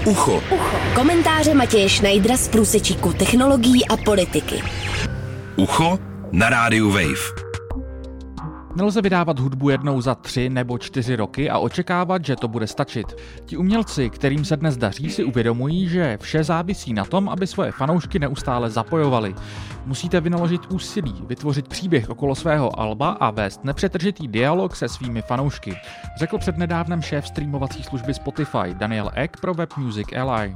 Ucho. Komentáře Matěje Schneidera z průsečíku technologií a politiky. Ucho na rádiu Wave. Nelze vydávat hudbu jednou za 3 nebo 4 roky a očekávat, že to bude stačit. Ti umělci, kterým se dnes daří, si uvědomují, že vše závisí na tom, aby svoje fanoušky neustále zapojovali. Musíte vynaložit úsilí, vytvořit příběh okolo svého alba a vést nepřetržitý dialog se svými fanoušky, řekl přednedávnem šéf streamovací služby Spotify Daniel Ek pro Web Music Ally.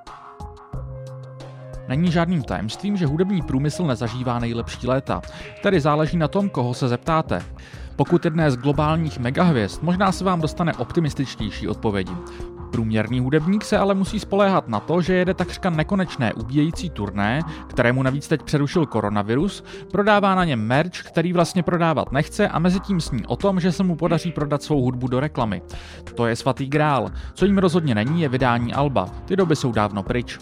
Není žádným tajemstvím, že hudební průmysl nezažívá nejlepší léta. Tedy záleží na tom, koho se zeptáte. Pokud jedné z globálních megahvězd, možná se vám dostane optimističtější odpovědi. Průměrný hudebník se ale musí spoléhat na to, že jede takřka nekonečné ubíjející turné, kterému navíc teď přerušil koronavirus, prodává na něm merch, který vlastně prodávat nechce a mezitím sní o tom, že se mu podaří prodat svou hudbu do reklamy. To je svatý grál. Co jim rozhodně není, je vydání alba. Ty doby jsou dávno pryč.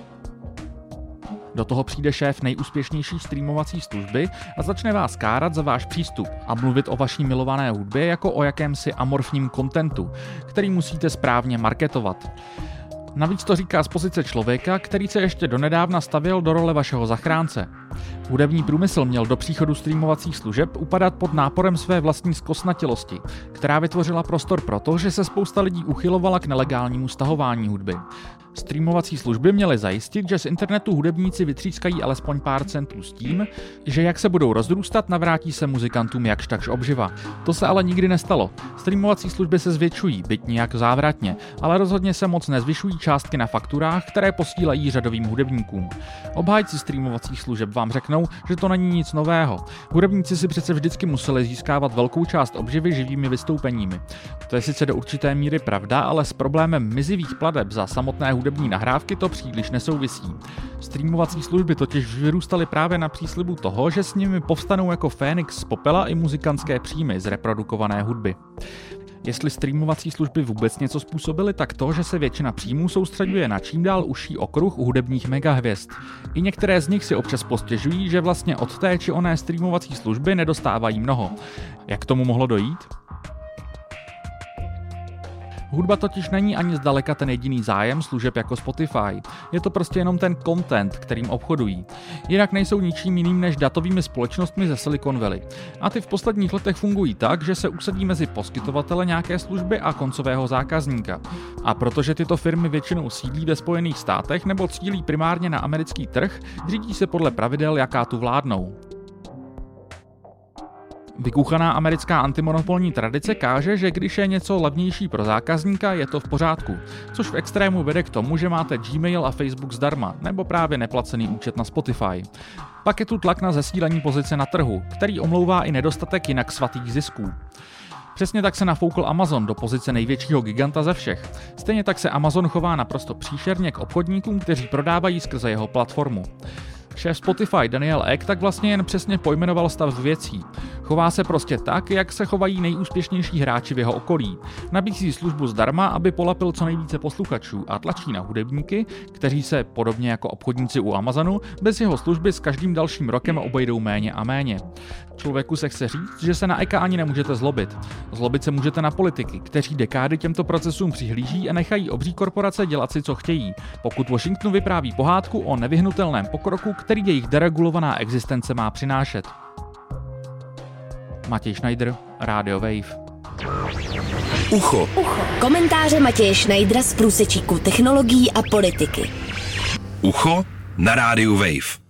Do toho přijde šéf nejúspěšnější streamovací služby a začne vás kárat za váš přístup a mluvit o vaší milované hudbě jako o jakémsi amorfním kontentu, který musíte správně marketovat. Navíc to říká z pozice člověka, který se ještě donedávna stavěl do role vašeho zachránce. Hudební průmysl měl do příchodu streamovacích služeb upadat pod náporem své vlastní zkostnatilosti, která vytvořila prostor pro to, že se spousta lidí uchylovala k nelegálnímu stahování hudby. Streamovací služby měly zajistit, že z internetu hudebníci vytřískají alespoň pár centů s tím, že jak se budou rozrůstat, navrátí se muzikantům jakž takž obživa. To se ale nikdy nestalo. Streamovací služby se zvětšují, byť nijak závratně, ale rozhodně se moc nezvyšují částky na fakturách, které posílají řadovým hudebníkům. Obhájci streamovacích služeb vám řeknou, že to není nic nového. Hudebníci si přece vždycky museli získávat velkou část obživy živými vystoupeními. To je sice do určité míry pravda, ale s problémem mizivých plateb za samotné hudební nahrávky to příliš nesouvisí. Streamovací služby totiž vyrůstaly právě na příslibu toho, že s nimi povstanou jako Fénix z popela i muzikantské příjmy z reprodukované hudby. Jestli streamovací služby vůbec něco způsobily, tak to, že se většina příjmů soustřeďuje na čím dál užší okruh hudebních megahvězd. I některé z nich si občas postěžují, že vlastně od té či oné streamovací služby nedostávají mnoho. Jak k tomu mohlo dojít? Hudba totiž není ani zdaleka ten jediný zájem služeb jako Spotify. Je to prostě jenom ten content, kterým obchodují. Jinak nejsou ničím jiným než datovými společnostmi ze Silicon Valley. A ty v posledních letech fungují tak, že se usadí mezi poskytovatele nějaké služby a koncového zákazníka. A protože tyto firmy většinou sídlí ve Spojených státech nebo cílí primárně na americký trh, řídí se podle pravidel, jaká tu vládnou. Vykuchaná americká antimonopolní tradice káže, že když je něco levnější pro zákazníka, je to v pořádku, což v extrému vede k tomu, že máte Gmail a Facebook zdarma, nebo právě neplacený účet na Spotify. Pak je tu tlak na zesílení pozice na trhu, který omlouvá i nedostatek jinak svatých zisků. Přesně tak se nafoukl Amazon do pozice největšího giganta ze všech. Stejně tak se Amazon chová naprosto příšerně k obchodníkům, kteří prodávají skrze jeho platformu. Šéf Spotify Daniel Ek tak vlastně jen přesně pojmenoval stav věcí. Chová se prostě tak, jak se chovají nejúspěšnější hráči v jeho okolí. Nabízí službu zdarma, aby polapil co nejvíce posluchačů a tlačí na hudebníky, kteří se, podobně jako obchodníci u Amazonu, bez jeho služby s každým dalším rokem obejdou méně a méně. Člověku se chce říct, že se na Eka ani nemůžete zlobit. Zlobit se můžete na politiky, kteří dekády těmto procesům přihlíží a nechají obří korporace dělat si, co chtějí, pokud Washington vypráví pohádku o nevyhnutelném pokroku, který jejich deregulovaná existence má přinášet. Matěj Schneider, Radio Wave. Ucho. Komentáře Matěje Schneidera z průsečíku technologií a politiky. Ucho na rádiu Wave.